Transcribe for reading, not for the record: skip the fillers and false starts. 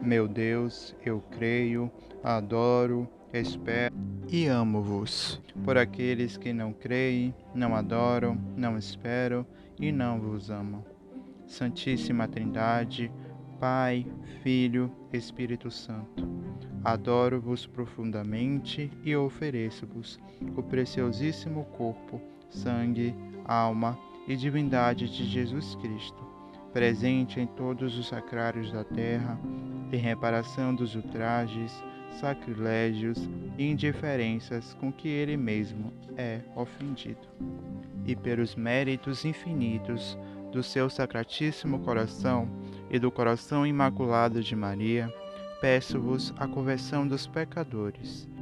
Meu Deus, eu creio, adoro, espero e amo-vos. Por aqueles que não creem, não adoram, não esperam e não vos amam. Santíssima Trindade, Pai, Filho, Espírito Santo, adoro-vos profundamente e ofereço-vos o preciosíssimo corpo, sangue, alma e divindade de Jesus Cristo, presente em todos os sacrários da terra, em reparação dos ultrajes, sacrilégios e indiferenças com que ele mesmo é ofendido. E pelos méritos infinitos do seu sacratíssimo coração e do coração imaculado de Maria, peço-vos a conversão dos pecadores,